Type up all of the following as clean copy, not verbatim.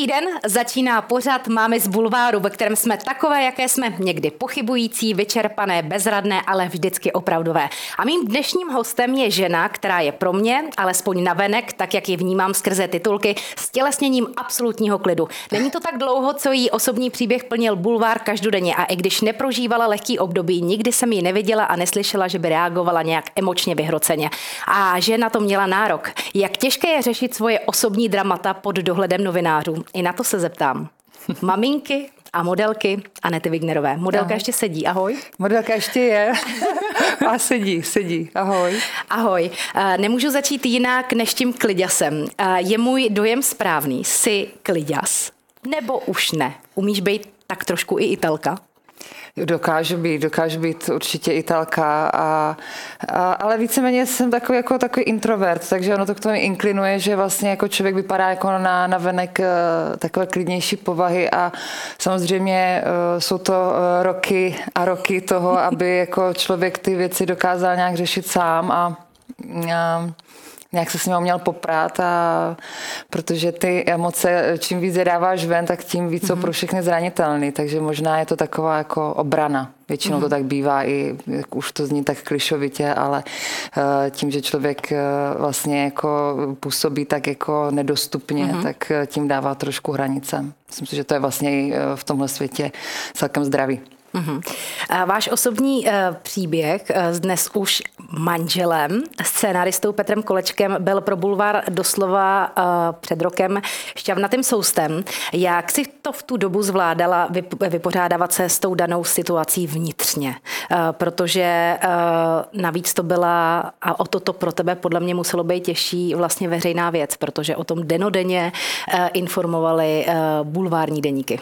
Hezký den, začíná pořad Mámy z bulváru, ve kterém jsme takové, jaké jsme, někdy pochybující, vyčerpané, bezradné, ale vždycky opravdové. A mým dnešním hostem je žena, která je pro mě, alespoň navenek, tak jak ji vnímám skrze titulky, stělesněním absolutního klidu. Není to tak dlouho, co jí osobní příběh plnil bulvár každodenně a i když neprožívala lehký období, nikdy jsem ji neviděla a neslyšela, že by reagovala nějak emočně vyhroceně. A že na to měla nárok. Jak těžké je řešit svoje osobní dramata pod dohledem novinářů? I na to se zeptám. Maminky a modelky Anety Wignerové. Modelka ještě sedí, ahoj. Modelka ještě je a sedí, ahoj. Ahoj. Nemůžu začít jinak než tím kliďasem. Je můj dojem správný? Jsi kliďas? Nebo už ne? Umíš být tak trošku i Italka? Dokážu být určitě Italka, ale víceméně jsem takový introvert, takže ono to k tomu inklinuje, že vlastně jako člověk vypadá jako na venek takové klidnější povahy a samozřejmě jsou to roky a roky toho, aby jako člověk ty věci dokázal nějak řešit sám a nějak se s ním měl poprat, protože ty emoce, čím víc je dáváš ven, tak tím víc jsou pro všechny zranitelný, takže možná je to taková jako obrana. Většinou to tak bývá, i už to zní tak klišovitě, ale tím, že člověk vlastně jako působí tak jako nedostupně, tak tím dává trošku hranice. Myslím si, že to je vlastně i v tomhle světě celkem zdravý. Váš osobní příběh s dnes už manželem, scénaristou Petrem Kolečkem, byl pro bulvár doslova před rokem šťavnatým soustem. Jak si to v tu dobu zvládala vypořádávat se s tou danou situací vnitřně? Protože navíc to byla, a o to pro tebe podle mě muselo být těžší, vlastně veřejná věc, protože o tom dennodenně informovali bulvární deníky.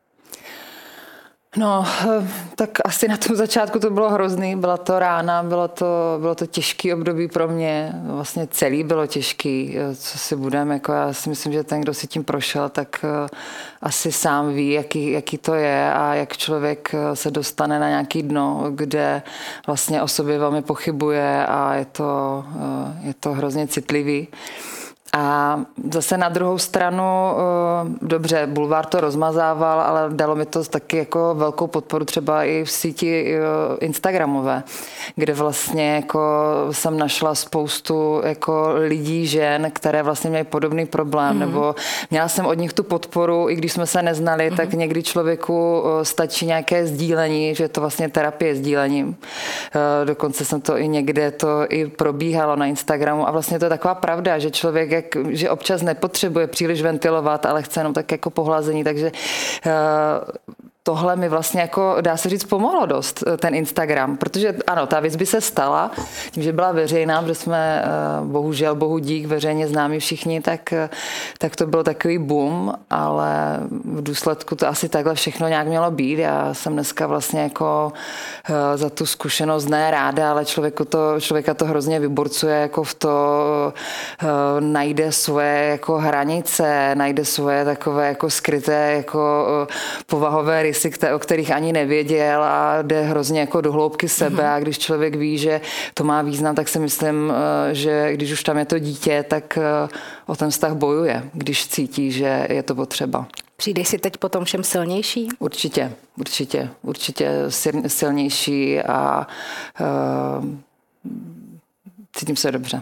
No, tak asi na tom začátku to bylo hrozný, byla to rána, bylo to těžký období pro mě, vlastně celý bylo těžký, co si budeme, jako já si myslím, že ten, kdo si tím prošel, tak asi sám ví, jaký to je a jak člověk se dostane na nějaký dno, kde vlastně o sobě velmi pochybuje a je to hrozně citlivý. A zase na druhou stranu, dobře, bulvár to rozmazával, ale dalo mi to taky jako velkou podporu třeba i v síti instagramové, kde vlastně jako jsem našla spoustu jako lidí, žen, které vlastně měly podobný problém, nebo měla jsem od nich tu podporu, i když jsme se neznali, tak někdy člověku stačí nějaké sdílení, že je to vlastně terapie sdílením. Dokonce jsem to i někde i probíhalo na Instagramu a vlastně to je taková pravda, že člověk že občas nepotřebuje příliš ventilovat, ale chce jenom tak jako pohlazení, takže tohle mi vlastně jako, dá se říct, pomohlo dost, ten Instagram, protože ano, ta věc by se stala, tím, že byla veřejná, protože jsme bohužel, bohu dík, veřejně známí všichni, tak to byl takový boom, ale v důsledku to asi takhle všechno nějak mělo být. Já jsem dneska vlastně jako za tu zkušenost ne ráda, ale člověka to hrozně vyborcuje, jako v to najde svoje jako hranice, najde svoje takové jako skryté jako povahové rysy, o kterých ani nevěděl a jde hrozně jako do hloubky sebe a když člověk ví, že to má význam, tak si myslím, že když už tam je to dítě, tak o ten vztah bojuje, když cítí, že je to potřeba. Přijdeš si teď potom všem silnější? Určitě silnější a cítím se dobře.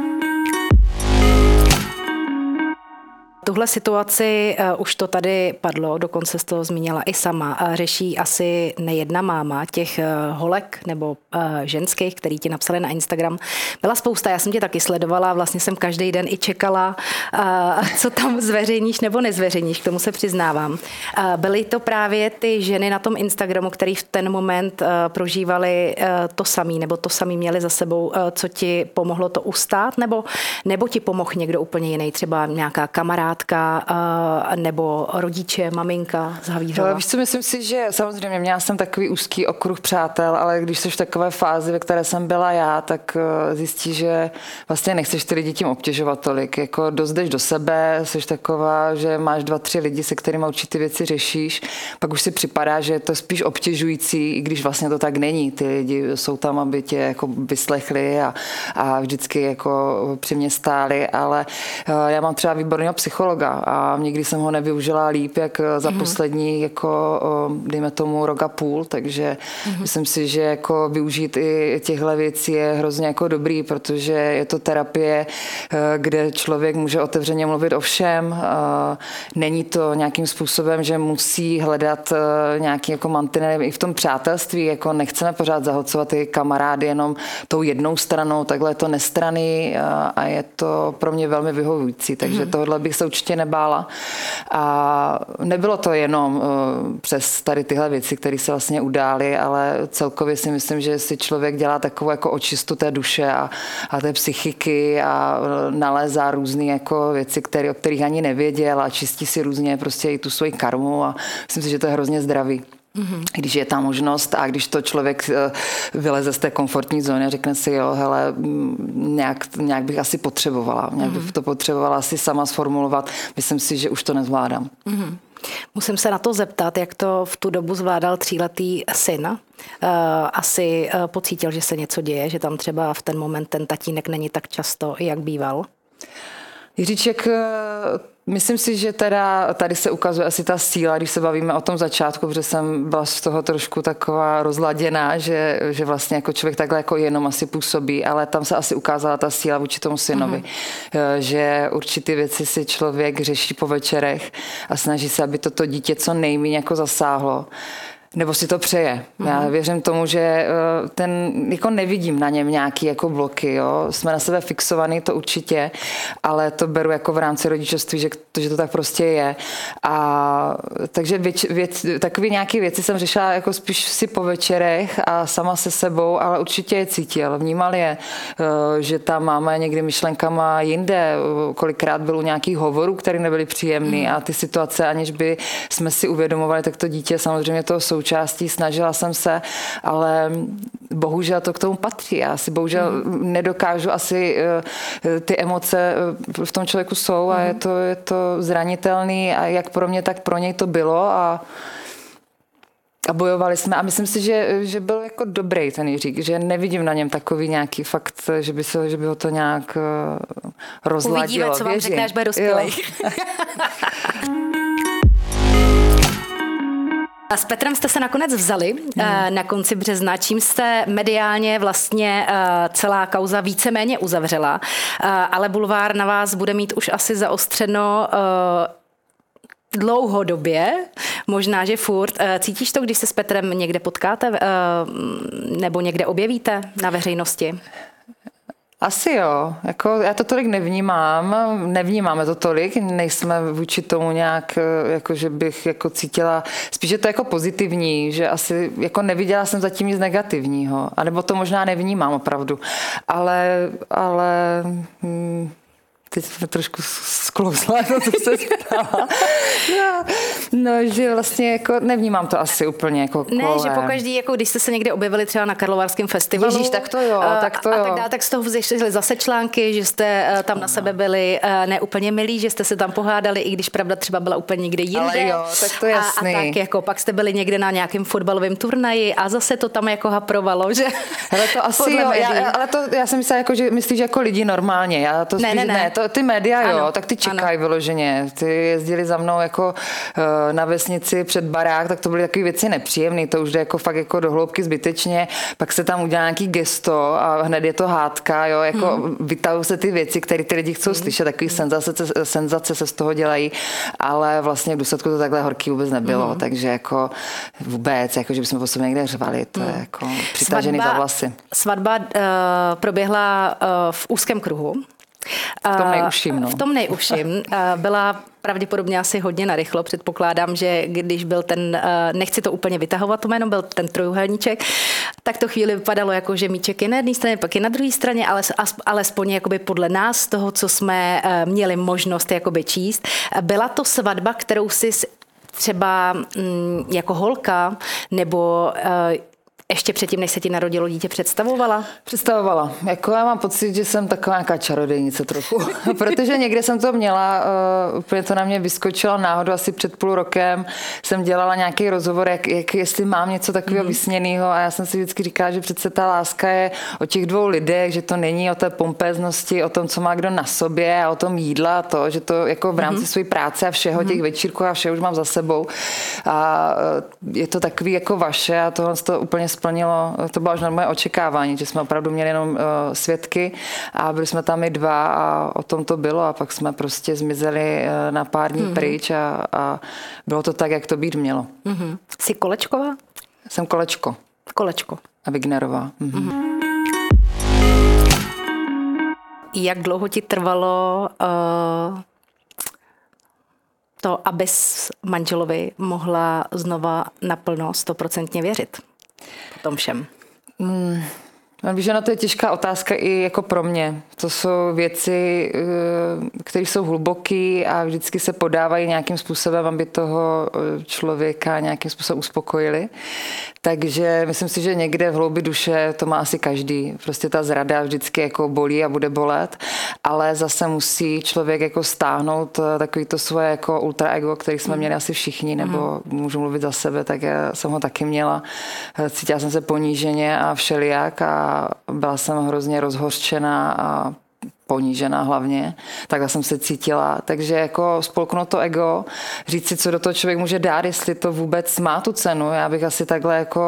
Tuhle situaci, už to tady padlo, dokonce jsi to zmínila i sama, řeší asi nejedna máma, těch holek nebo ženských, který ti napsali na Instagram. Byla spousta, já jsem tě taky sledovala, vlastně jsem každý den i čekala, co tam zveřejníš nebo nezveřejníš, k tomu se přiznávám. Byly to právě ty ženy na tom Instagramu, který v ten moment prožívali to samý, nebo to samý měli za sebou, co ti pomohlo to ustát, nebo ti pomohl někdo úplně jiný, třeba nějaká kamarád, nebo rodiče, maminka z Havířova? Víš co, myslím si, že samozřejmě měla jsem takový úzký okruh přátel, ale když jsi v takové fázi, ve které jsem byla já, tak zjistíš, že vlastně nechceš ty lidi tím obtěžovat tolik. Jako dost jdeš do sebe, jsi taková, že máš 2-3 lidi, se kterými určitě věci řešíš, pak už si připadá, že je to spíš obtěžující, i když vlastně to tak není. Ty lidi jsou tam, aby tě jako vyslechli a vždycky jako při mě stáli, ale já mám třeba výborného psychologa, psychologa a nikdy jsem ho nevyužila líp, jak za poslední, jako dejme tomu rok a půl, takže myslím si, že jako využít i těchto věcí je hrozně jako dobrý, protože je to terapie, kde člověk může otevřeně mluvit o všem. Není to nějakým způsobem, že musí hledat nějaký jako mantinely i v tom přátelství, jako nechceme pořád zahlcovat ty kamarády jenom tou jednou stranou, takhle je to nestranný a je to pro mě velmi vyhovující, takže tohle bych se určitě nebála. A nebylo to jenom přes tady tyhle věci, které se vlastně udály, ale celkově si myslím, že si člověk dělá takovou jako očistu té duše a té psychiky a nalézá různé jako věci, o kterých ani nevěděl a čistí si různě prostě i tu svoji karmu a myslím si, že to je hrozně zdravý. Když je ta možnost a když to člověk vyleze z té komfortní zóny a řekne si, jo, hele, nějak bych asi potřebovala. Nějak bych to potřebovala asi sama sformulovat. Myslím si, že už to nezvládám. Musím se na to zeptat, jak to v tu dobu zvládal 3letý syn. Asi pocítil, že se něco děje, že tam třeba v ten moment ten tatínek není tak často, jak býval? Jiříček, myslím si, že teda tady se ukazuje asi ta síla, když se bavíme o tom začátku, protože jsem byla z toho trošku taková rozladěná, že vlastně jako člověk takhle jako jenom asi působí, ale tam se asi ukázala ta síla vůči tomu synovi, že určitý věci si člověk řeší po večerech a snaží se, aby toto dítě co nejméně jako zasáhlo. Nebo si to přeje. Já věřím tomu, že jako nevidím na něm nějaký jako bloky, jo. Jsme na sebe fixovaný, to určitě, ale to beru jako v rámci rodičovství, že to tak prostě je. A takže takové nějaké věci jsem řešila jako spíš si po večerech a sama se sebou, ale určitě je cítil. Vnímal je, že tam máme někdy myšlenkama jinde. Kolikrát bylo nějakých hovorů, které nebyly příjemné a ty situace, aniž by jsme si uvědomovali, tak to dítě samozřejmě toho součástí, snažila jsem se, ale bohužel to k tomu patří. Já si bohužel nedokážu asi ty emoce v tom člověku jsou a je to zranitelný a jak pro mě, tak pro něj to bylo a bojovali jsme a myslím si, že byl jako dobrý ten Jiřík, že nevidím na něm takový nějaký fakt, že by ho to nějak rozladilo. Uvidíme, co vám řekne, až bude dospělej. A s Petrem jste se nakonec vzali na konci března, čím jste mediálně vlastně celá kauza víceméně uzavřela, ale bulvár na vás bude mít už asi zaostřeno dlouhodobě, možná, že furt. Cítíš to, když se s Petrem někde potkáte nebo někde objevíte na veřejnosti? Asi jo, jako já to tolik nevnímáme to tolik, nejsme vůči tomu nějak, jako že bych jako cítila, spíš je to jako pozitivní, že asi jako neviděla jsem zatím nic negativního, anebo to možná nevnímám opravdu, ale teď jsme trošku sklouzla, co se stala. No, že vlastně jako nevnímám to asi úplně jako kolem. Ne, že pokaždý, jako když jste se někde objevili třeba na Karlovarském festivalu. Ježíš, tak to jo. Tak z toho vzešly zase články, že jste tam na sebe byli neúplně milí, že jste se tam pohádali, i když pravda třeba byla úplně někde jinde. Ale jo, tak to je jasný. A tak jako pak jste byli někde na nějakém fotbalovém turnaji a zase to tam jako haprovalo, že? Ale to asi jo, já jsem myslela, jako, že myslíš jako lidi normálně. Já to spíš, ne, ty média, ano, jo, tak ty čekají vyloženě. Ty jezdili za mnou jako na vesnici před barák, tak to byly takové věci nepříjemné, to už jde jako fakt jako do hloubky zbytečně, pak se tam udělá nějaký gesto a hned je to hádka, jo, jako vytahují se ty věci, které ty lidi chcou slyšet, takový senzace se z toho dělají, ale vlastně v důsledku to takhle horký vůbec nebylo, takže jako vůbec, jako že bychom po sobě někde řvali, to je jako přitažený za vlasy. Svatba proběhla v úzkém kruhu. V tom nejužším, no. V tom nejužším. Byla pravděpodobně asi hodně narychlo. Předpokládám, že když byl ten, nechci to úplně vytahovat, to jméno byl ten trojuhelníček, tak to chvíli vypadalo jako, že míček je na jedné straně, pak je na druhé straně, ale alespoň jakoby podle nás, toho, co jsme měli možnost jakoby číst. Byla to svatba, kterou si třeba jako holka nebo Ještě předtím, než se ti narodilo dítě, představovala? Představovala. Jako já mám pocit, že jsem taková nějaká čarodějnice trochu, protože někde jsem to měla, úplně to na mě vyskočilo náhodou, asi před půl rokem jsem dělala nějaký rozhovor, jestli mám něco takového vysněného a já jsem si vždycky říkala, že přece ta láska je o těch dvou lidech, že to není o té pompéznosti, o tom, co má kdo na sobě a o tom jídla, to, že to jako v rámci své práce a všeho, těch večírků a všeho už mám za sebou a je to takový jako vaše a tohle to úplně splnilo, to bylo až na moje očekávání, že jsme opravdu měli jenom svědky a byli jsme tam i dva a o tom to bylo a pak jsme prostě zmizeli na pár dní pryč a bylo to tak, jak to být mělo. Jsi Kolečková? Jsem Kolečko. Kolečko. A Wignerová. Jak dlouho ti trvalo to, abys manželovi mohla znova naplno 100% věřit po tom všem? Víš, že na to je těžká otázka i jako pro mě. To jsou věci, které jsou hluboké a vždycky se podávají nějakým způsobem, aby toho člověka nějakým způsobem uspokojili. Takže myslím si, že někde v hloubi duše to má asi každý. Prostě ta zrada vždycky jako bolí a bude bolet, ale zase musí člověk jako stáhnout takový to svoje jako ultraego, který jsme měli asi všichni, nebo můžu mluvit za sebe, tak já jsem ho taky měla. Cítila jsem se poníženě a všelijak a byla jsem hrozně rozhořčená a ponížená hlavně, takhle jsem se cítila. Takže jako spolknout to ego, říct si, co do toho člověk může dát, jestli to vůbec má tu cenu. Já bych asi takhle jako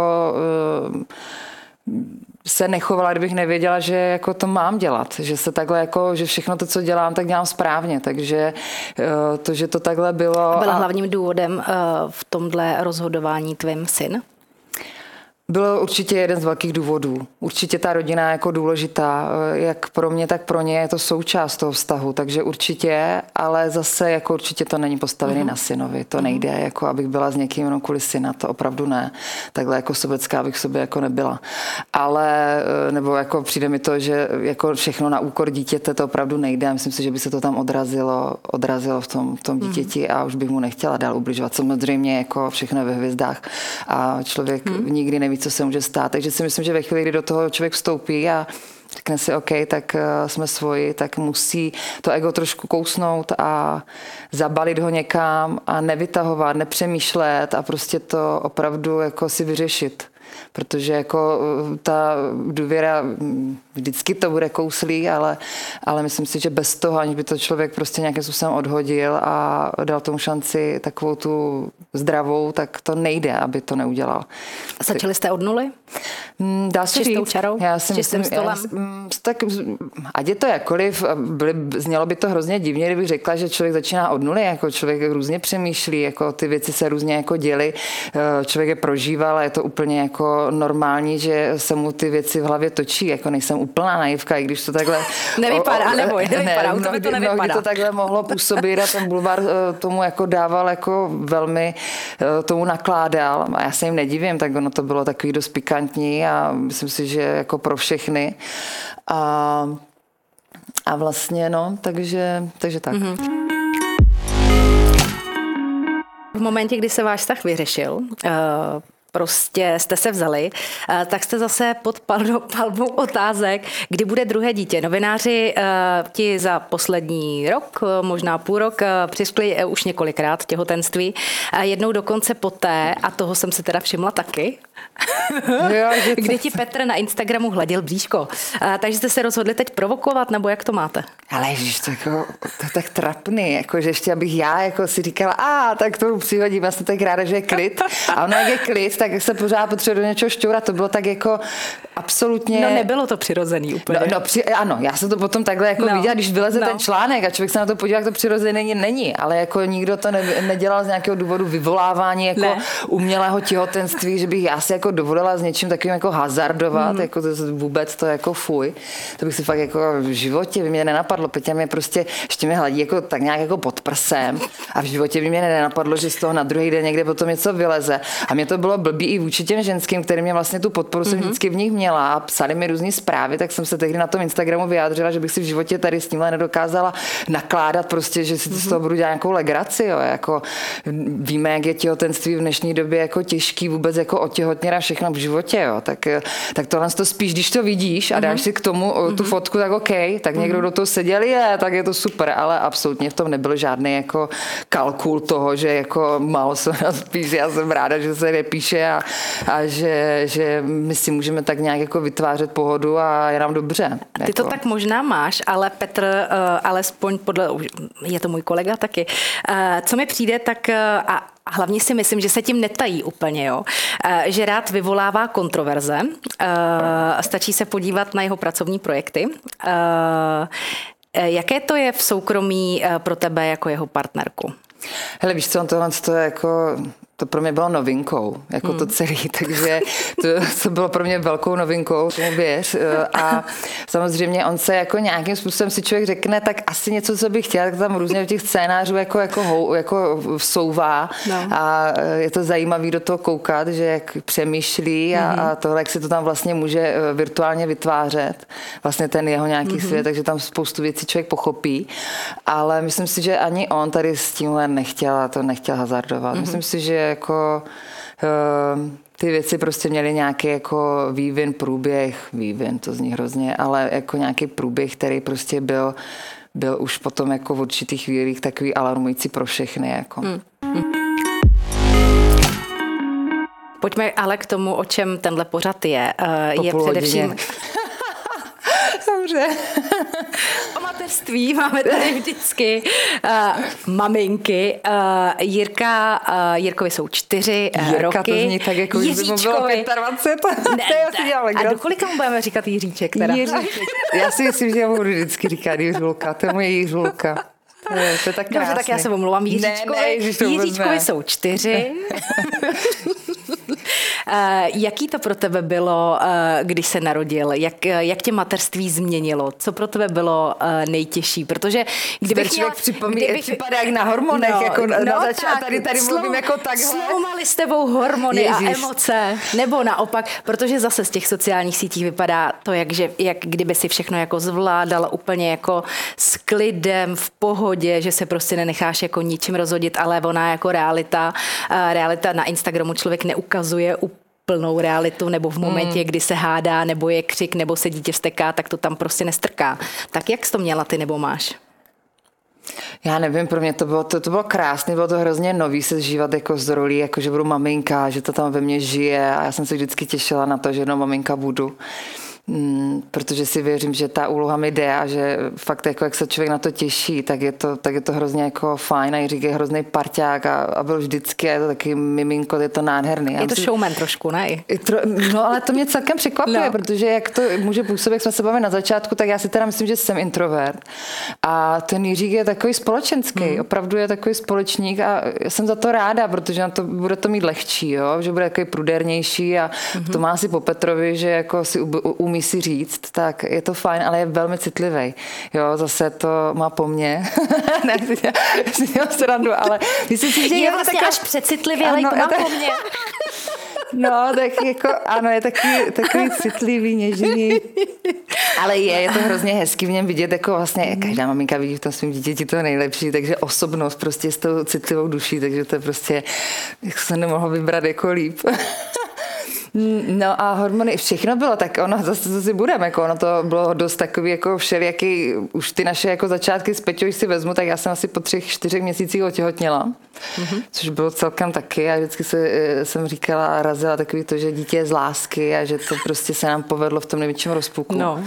se nechovala, kdybych nevěděla, že jako to mám dělat, že se takhle jako, že všechno to, co dělám, tak dělám správně, takže to, že to takhle bylo. Byla hlavním důvodem v tomhle rozhodování tvým syn? Bylo určitě jeden z velkých důvodů. Určitě ta rodina je jako důležitá, jak pro mě, tak pro ně je to součást toho vztahu, takže určitě, ale zase jako určitě to není postavené na synovi, to nejde, jako abych byla s někým jenom kvůli syna, to opravdu ne. Takhle jako sobecká bych v sobě jako nebyla. Ale, nebo jako přijde mi to, že jako všechno na úkor dítěte to opravdu nejde. Myslím si, že by se to tam odrazilo v tom dítěti a už bych mu nechtěla dál ubližovat. Samozřejmě jako všechno je ve hvězdách a člověk nikdy neví, co se může stát. Takže si myslím, že ve chvíli, kdy do toho člověk vstoupí a řekne si, OK, tak jsme svoji, tak musí to ego trošku kousnout a zabalit ho někam a nevytahovat, nepřemýšlet a prostě to opravdu jako si vyřešit. Protože jako ta důvěra, vždycky to bude kouslý, ale myslím si, že bez toho, aniž by to člověk prostě nějakým způsobem odhodil a dal tomu šanci takovou tu zdravou, tak to nejde, aby to neudělal. Začali jste od nuly? Dá se čistou říct. čarou? S čistým stolem? Tak ať je to jakkoliv, znělo by to hrozně divně, kdybych řekla, že člověk začíná od nuly, jako člověk různě přemýšlí, jako ty věci se různě jako děly, člověk je prožíval a je to úplně jako normální, že se mu ty věci v hlavě točí, jako nejsem úplná naivka, i když to takhle... Nevypadá, nevypadá, u tebe to nevypadá. Mnohdy to takhle mohlo působit a ten bulvár tomu jako dával jako velmi, tomu nakládal a já se jim nedivím, tak ono to bylo takový dost pikantní a myslím si, že jako pro všechny a vlastně no, takže tak. V momentě, kdy se váš vztah vyřešil, prostě jste se vzali, tak jste zase pod palbou otázek, kdy bude druhé dítě. Novináři ti za poslední rok, možná půl rok, přišli už několikrát těhotenství. Jednou dokonce poté, a toho jsem se teda všimla taky, kdy ti Petr na Instagramu hladil bříško. Takže jste se rozhodli teď provokovat, nebo jak to máte? Ale ježiš, to je tak trapný, jako, že ještě abych já jako si říkala, tak to přihodím, já jsem tak ráda, že je klid. A ono, jak je klid, tak se pořád potřebuje do něčeho šťourat. To bylo tak jako absolutně... No nebylo to přirozený úplně. Ano, já jsem to potom takhle jako viděla, když vyleze ten článek a člověk se na to podívá, jak to přirozený není, ale jako nikdo to nedělal z nějakého důvodu vyvolávání jako umělého těhotenství, že bych já si jako dovolila s něčím takovým jako hazardovat, jako to vůbec to jako fuj. To bych si fakt jako v životě by mě nenapadlo. Peťa mě prostě ještě mě hladí jako tak nějak jako pod prsem a v životě by mě nenapadlo, že z toho na druhý den někde potom něco vyleze. A mě to bylo blbý i vůči těm ženským, který mě vlastně tu podporu jsem vždycky v nich měla a psali mi různý zprávy, tak jsem se tehdy na tom Instagramu vyjádřila, že bych si v životě tady s tímhle nedokázala nakládat prostě, že si z toho budu dělat nějakou legraci, jo, jako víme, jak je těhotenství v dnešní době jako těžký vůbec jako otěhotnět a všechno v životě, jo, tak tohle to spíš, když to vidíš a dáš si k tomu tu fotku, tak OK, tak někdo do toho seděl, tak je to super, ale absolutně v tom nebyl žádný jako kalkul toho, že jako málo se nás píše, já jsem ráda, že se nepíše a že my si můžeme tak nějak jako vytvářet pohodu a je nám dobře. Ty jako. to tak možná máš, ale Petr, alespoň podle, je to můj kolega taky, co mi přijde, tak a hlavně si myslím, že se tím netají úplně, jo? Že rád vyvolává kontroverze, stačí se podívat na jeho pracovní projekty. Jaké to je v soukromí pro tebe jako jeho partnerku? Hele, víš co, tohle je jako... To pro mě bylo novinkou, jako to celé, takže to bylo pro mě velkou novinkou, věř. A samozřejmě on se jako nějakým způsobem si člověk řekne, tak asi něco, co bych chtěl, tak tam různě v těch scénářů jako vsouvá a je to zajímavý do toho koukat, že jak přemýšlí a tohle, jak si to tam vlastně může virtuálně vytvářet, vlastně ten jeho nějaký svět, takže tam spoustu věcí člověk pochopí, ale myslím si, že ani on tady s tímhle nechtěl hazardovat. Myslím si, že jako ty věci prostě měly nějaký jako vývin, to zní hrozně, ale jako nějaký průběh, který prostě byl už potom jako v určitých chvílích takový alarmující pro všechny. Jako. Pojďme ale k tomu, o čem tenhle pořad je. Je především... Dobře. O mateřství máme tady vždycky maminky. Jirkovi jsou 4 roky. To zní tak, jako už by mu bylo 25. A do kolika mu budeme říkat Jiříček? Teda? Jiříček. Já si myslím, že já budu vždycky říkat Jiřulka. To je moje Jiřulka. To je tak krásný. Dobře, tak já se omlouvám. Jiříčkovi jsou 4. Jaký to pro tebe bylo, když se narodil? Jak tě mateřství změnilo? Co pro tebe bylo nejtěžší? Protože kdybych měla... Připadá jak na hormonech, jako na začátku. Tady mluvím jako takhle. Sloumaly s tebou hormony a emoce. Nebo naopak, protože zase z těch sociálních sítích vypadá to, jak kdyby si všechno jako zvládal úplně jako s klidem, v pohodě, že se prostě nenecháš jako ničím rozhodit, ale ona jako realita na Instagramu člověk neukazuje plnou realitu, nebo v momentě, kdy se hádá, nebo je křik, nebo se dítě vzteká, tak to tam prostě nestrká. Tak jak jsi to měla ty, nebo máš? Já nevím, pro mě to bylo krásné, bylo to hrozně nový se zžívat jako z rolí, jako že budu maminka, že to tam ve mně žije a já jsem se vždycky těšila na to, že jednou maminka budu. Protože si věřím, že ta úloha mi jde a že fakt jako jak se člověk na to těší, tak je to hrozně jako fajn a Jiřík je hrozný parťák a byl vždycky a je to taky miminko, je to nádherný. Je to showman trošku, ne? No ale to mě celkem překvapuje, protože jak to může působit, jak jsme se bavili na začátku, tak já si teda myslím, že jsem introvert a ten Jiřík je takový společenský, opravdu je takový společník a já jsem za to ráda, protože na to bude to mít lehčí, jo? Že bude takový prudérnější a to má si po Petrovi, že jako si umí si říct, tak je to fajn, ale je velmi citlivý. Jo, zase to má po mně. Ne, si dělám srandu, ale myslím si, že je vlastně až přecitlivý, ale to má po mně. No, tak jako, ano, je takový citlivý, něžný. Ale je to hrozně hezký v něm vidět, jako vlastně každá maminka vidí v tom svým dítěti to nejlepší, takže osobnost prostě s tou citlivou duší, takže to je prostě, jak se nemohlo vybrat jako líp. No a hormony, všechno bylo tak, ono zase co si budeme, jako ono to bylo dost takový jako všelijaký, už ty naše jako začátky s Peťou, si vezmu, tak já jsem asi po 3-4 měsících otěhotněla, což bylo celkem taky a vždycky jsem říkala a razila takový to, že dítě je z lásky a že to prostě se nám povedlo v tom největším rozpuku. No.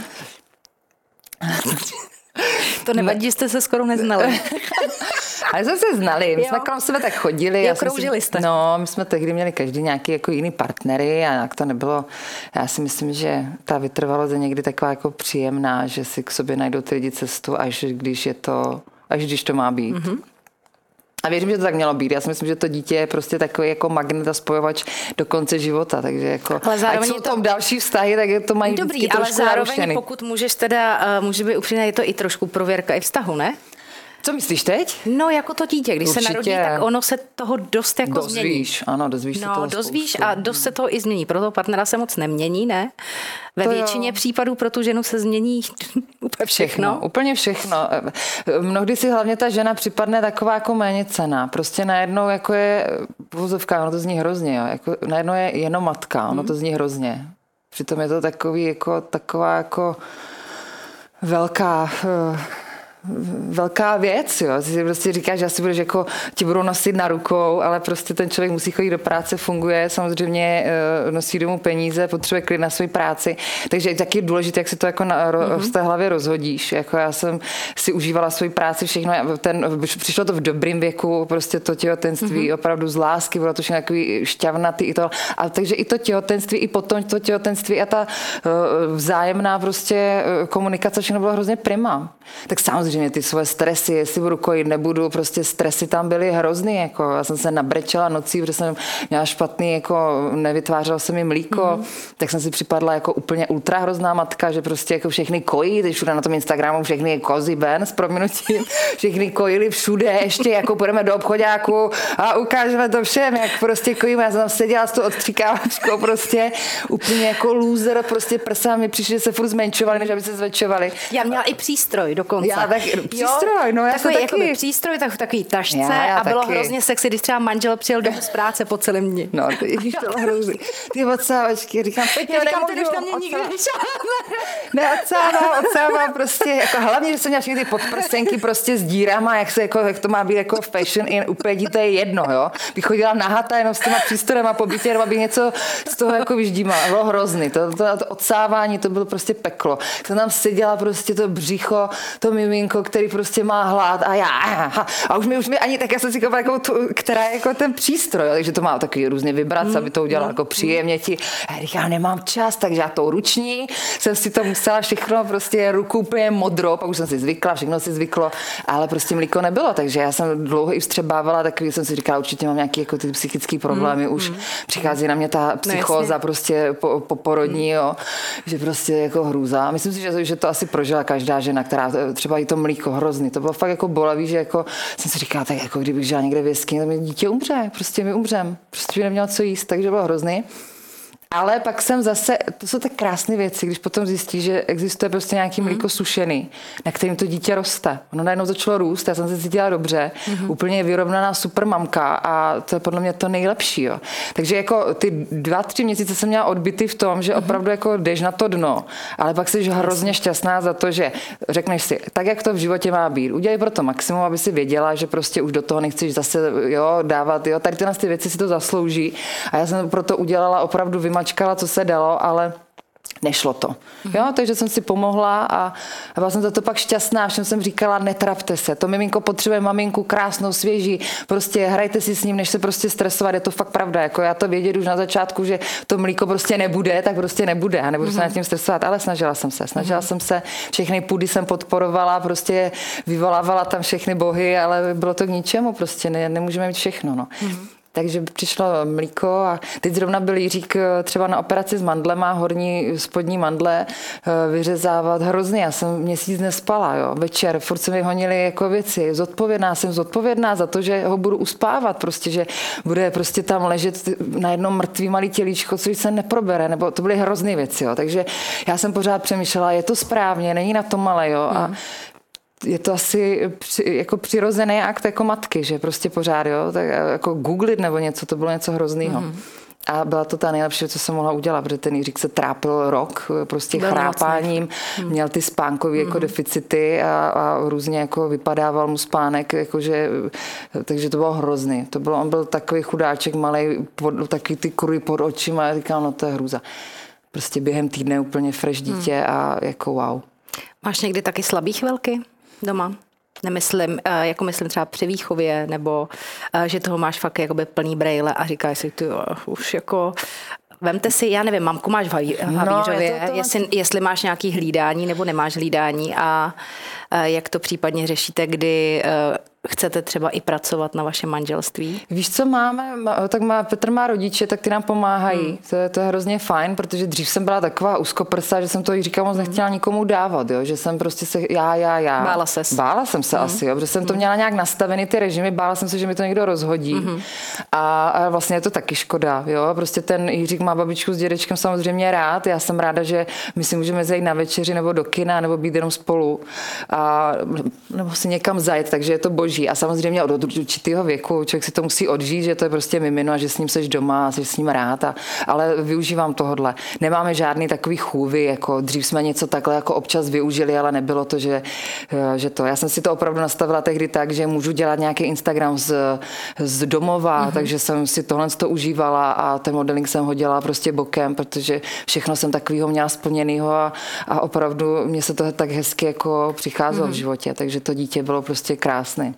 To nevadí, že jste se skoro neznali. Ale jsme se znali, my jsme kolem sebe tak chodili. Kroužili jste. No, my jsme tehdy měli každý nějaký jako jiný partnery a jak to nebylo, já si myslím, že ta vytrvalost je někdy taková jako příjemná, že si k sobě najdou ty lidi cestu, až když to má být. A věřím, že to tak mělo být. Já si myslím, že to dítě je prostě takový jako magnet a spojovač do konce života, takže jako ale zároveň ať jsou tam další vztahy, tak to mají dobrý, vždycky ale trošku zároveň narušený. Pokud můžeš teda, může být upřímně, je to i trošku prověrka i vztahu, ne? Co myslíš teď? No, jako to dítě, když Určitě. se narodí, tak ono se toho dost jako změní. Ano, dozvíš se toho dozvíš spoustu. a dost se toho i změní. Pro toho partnera se moc nemění, ne? Ve většině případů pro tu ženu se změní úplně všechno. Úplně všechno. Mnohdy si hlavně ta žena připadne taková jako méněcenná. Prostě najednou jako je uvozovka, ono to zní hrozně, jo. Jako, najednou je jenom matka, ono to zní hrozně. Přitom je to takový jako, taková jako velká věc, jo. Ty si prostě říkáš, že asi budeš jako, ti budou nosit na rukou, ale prostě ten člověk musí chodit do práce, funguje, samozřejmě nosí domů peníze, potřebuje klid na svou práci, takže je taky důležité, jak si to jako v té hlavě rozhodíš. Jako já jsem si užívala svoji práci, všechno, přišlo to v dobrým věku, prostě to těhotenství, opravdu z lásky, bylo to všechno takový šťavnatý i to, ale takže i to těhotenství, i potom to těhotenství a ta vzájemná prostě komunikace, všechno bylo hrozně prima. Tak samozřejmě ty svoje stresy, jestli budu kojit, nebudu, prostě stresy tam byly hrozný, jako já jsem se nabrečela nocí, protože jsem měla špatný, jako nevytvářelo se mi mlíko, tak jsem si připadla jako úplně ultra hrozná matka, že prostě jako všechny kojí, teď všude na tom Instagramu všechny kozy Ben s prominutím, všechny kojili všude, ještě jako půjdeme do obchodáku a ukážeme to všem, jak prostě kojíme, já jsem tam seděla s tou odstříkávačkou prostě úplně jako loser, prostě prsa mi přišli, že se furt zmenšovali, než aby se zväčšovali. Já měla i přístroj dokonce. Já tak, přístroj, no já takový, jsem taky. Přístroj, takový tašce já a bylo taky. hrozně sexy, když třeba manžel přijel domů z práce po celém dni. No, to ježíš, to bylo hrozný. Ty odsávačky, říkám, Ty už na mě nikdy odsává prostě, jako hlavně, že jsem měla všechny ty podprsenky prostě s dírama, jak to má být jako fashion, úplně jí to je jedno, jo. Bych chodila nahatá jenom s těma přístrojema po bytě, jenom abych něco z toho jako vyždímala. Bylo hrozný, to odsávání, to bylo prostě peklo. Jsem tam seděla prostě to břicho, to miminko, který prostě má hlad a já a už mi ani tak, já jsem si koupila jako která je jako ten přístroj, jo, takže to má takový různé vibrace, aby to udělalo jako příjemně ti. Já říkám, nemám čas, takže já tou ruční jsem si to musela všechno prostě ruku úplně modrou, pak už jsem si zvykla, všechno si zvyklo, ale prostě mlíko nebylo, takže já jsem dlouho i vstřebávala, takový jsem si říkala, určitě mám nějaký jako ty psychické problémy, už přichází na mě ta psychóza prostě poporodní, jo, že prostě jako hrůza. Myslím si, že to asi prožila každá žena, která třeba i to mlíko hrozný. To bylo fakt jako bolavý, že jako jsem si říkala, tak jako kdybych žila někde v jeskyni, tak mi dítě umře, prostě mi umřem. Prostě by nemělo co jíst, takže bylo hrozný. Ale pak jsem zase, to jsou tak krásné věci, když potom zjistí, že existuje prostě nějaký mlíko sušený, na kterým to dítě roste. Ono najednou začalo růst, já jsem se cítila dobře, úplně vyrovnaná super mamka a to je podle mě to nejlepší. Jo. Takže jako ty 2-3 měsíce jsem měla odbyty v tom, že opravdu jako jdeš na to dno, ale pak jsi hrozně šťastná za to, že řekneš si, tak jak to v životě má být. Udělej pro to maximum, aby si věděla, že prostě už do toho nechceš zase dávat, tady ty věci si to zaslouží. A já jsem proto udělala opravdu vymačkala, co se dalo, ale nešlo to. Jo, takže jsem si pomohla a byla jsem za to pak šťastná. Všem jsem říkala, netrapte se. To miminko potřebuje maminku krásnou, svěží. Prostě hrajte si s ním, než se prostě stresovat. Je to fakt pravda. Jako já to vědět už na začátku, že to mlíko prostě nebude, tak prostě nebude. A nebudu se nad tím stresovat, ale snažila jsem se. Všechny půdy jsem podporovala, prostě vyvolávala tam všechny bohy, ale bylo to k ničemu. Prostě nemůžeme mít všechno. No. Takže přišlo mlíko a teď zrovna byl Jiřík třeba na operaci s mandlema, horní, spodní mandle vyřezávat hrozně. Já jsem měsíc nespala, jo. Večer, furt se mi honily jako věci. Jsem zodpovědná za to, že ho budu uspávat, prostě, že bude prostě tam ležet na jednom mrtvý malý tělíčko, což se neprobere, nebo to byly hrozné věci, jo. Takže já jsem pořád přemýšlela, je to správně, není na to malé, jo. A je to asi jako přirozený akt jako matky, že prostě pořád, jo, tak jako googlit nebo něco, to bylo něco hroznýho. A byla to ta nejlepší, co jsem mohla udělat, protože ten Jiřík se trápil rok prostě chrápáním, měl ty spánkové jako deficity a různě jako vypadával mu spánek, jakože, takže to bylo hrozný. On byl takový chudáček malej, taky ty kruhy pod očima a říkal, no to je hrůza. Prostě během týdne úplně fresh dítě a jako wow. Máš někdy taky slabý chvilky doma? Nemyslím, jako myslím třeba při výchově, nebo že toho máš fakt jakoby plný brejle a říkáš si, ty už jako vemte si, já nevím, mamku máš v Havířově, jestli máš nějaký hlídání nebo nemáš hlídání a jak to případně řešíte, kdy chcete třeba i pracovat na vašem manželství? Víš, co máme? Petr má rodiče, tak ty nám pomáhají. To je hrozně fajn, protože dřív jsem byla taková úzkoprsa, že jsem to, říkám, moc nechtěla nikomu dávat, jo? Že jsem prostě se já. Bála ses? Bála jsem se asi, jo? Protože jsem to měla nějak nastavený ty režimy, bála jsem se, že mi to někdo rozhodí. A vlastně je to taky škoda, jo? Prostě ten Jiřík má babičku s dědečkem samozřejmě rád. Já jsem ráda, že my si můžeme zajít na večeři nebo do kina, nebo být jenom spolu. Nebo si někam zajet, takže je to boží. A samozřejmě od určitého věku člověk si to musí odžít, že to je prostě mimino a že s ním seš doma a seš s ním rád. Ale využívám tohodle. Nemáme žádný takový chůvy, jako dřív jsme něco takhle jako občas využili, ale nebylo to, že to. Já jsem si to opravdu nastavila tehdy tak, že můžu dělat nějaký Instagram z domova, takže jsem si tohle užívala a ten modeling jsem ho dělala prostě bokem, protože všechno jsem takového měla splněného a opravdu mě se to tak hezky jako přicházelo v životě, takže to dítě bylo prostě krásné.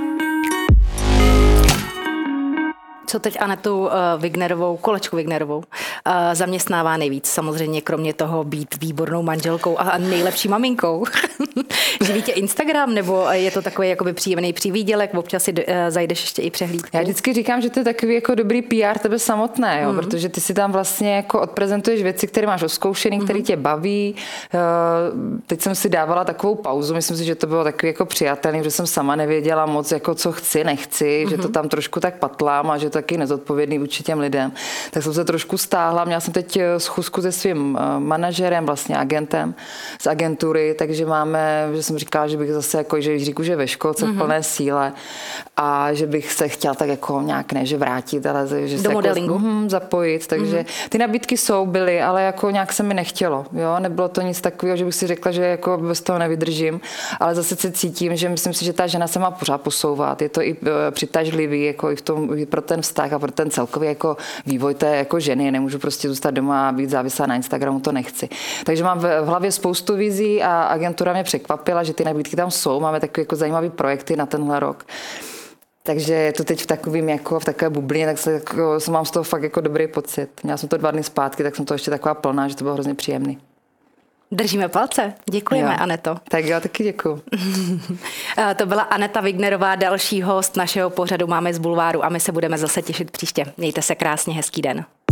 Co teď Anetu Kolečku Wignerovou zaměstnává nejvíc? Samozřejmě kromě toho být výbornou manželkou a nejlepší maminkou. Živí tě Instagram, nebo je to takový jakoby příjemný přivídělek, občas si zajdeš ještě i přehlídku? Já vždycky říkám, že to je takový jako dobrý PR tebe samotné, jo? Protože ty si tam vlastně jako odprezentuješ věci, které máš oskoušený, které tě baví. Teď jsem si dávala takovou pauzu, myslím si, že to bylo takový jako přijatelný, že jsem sama nevěděla moc, jako co chci, nechci, že to tam trošku tak patlám a že to taky nezodpovědný vůči těm lidem. Tak jsem se trošku stáhla, měla jsem teď schůzku se svým manažerem, vlastně agentem z agentury, takže že jsem říkala, že bych zase jako, že Jiříku, že ve školce v plné síle a že bych se chtěla tak jako nějak ne, že vrátit, ale že se modelingu. Jako, zapojit, takže ty nabídky byly, ale jako nějak se mi nechtělo, jo, nebylo to nic takového, že bych si řekla, že jako bez toho nevydržím, ale zase se cítím, že myslím si, že ta žena se má pořád posouvat, je to i přitažlivý, jako i v tom, i pro ten vztah a pro ten celkový jako vývoj té jako ženy, nemůžu prostě zůstat doma a být závislá na Instagramu, to nechci. Takže mám v hlavě spoustu vizí a agentura mě překvapila, že ty nabídky tam jsou, máme takové jako zajímavé projekty na tenhle rok. Takže je to teď v takové bublině, tak mám z toho fakt jako dobrý pocit. Měla jsem to 2 dny zpátky, tak jsem to ještě taková plná, že to bylo hrozně příjemný. Držíme palce. Děkujeme, jo. Aneto. Tak jo, taky děkuju. To byla Aneta Wignerová, další host našeho pořadu Máme z bulváru a my se budeme zase těšit příště. Mějte se krásně, hezký den.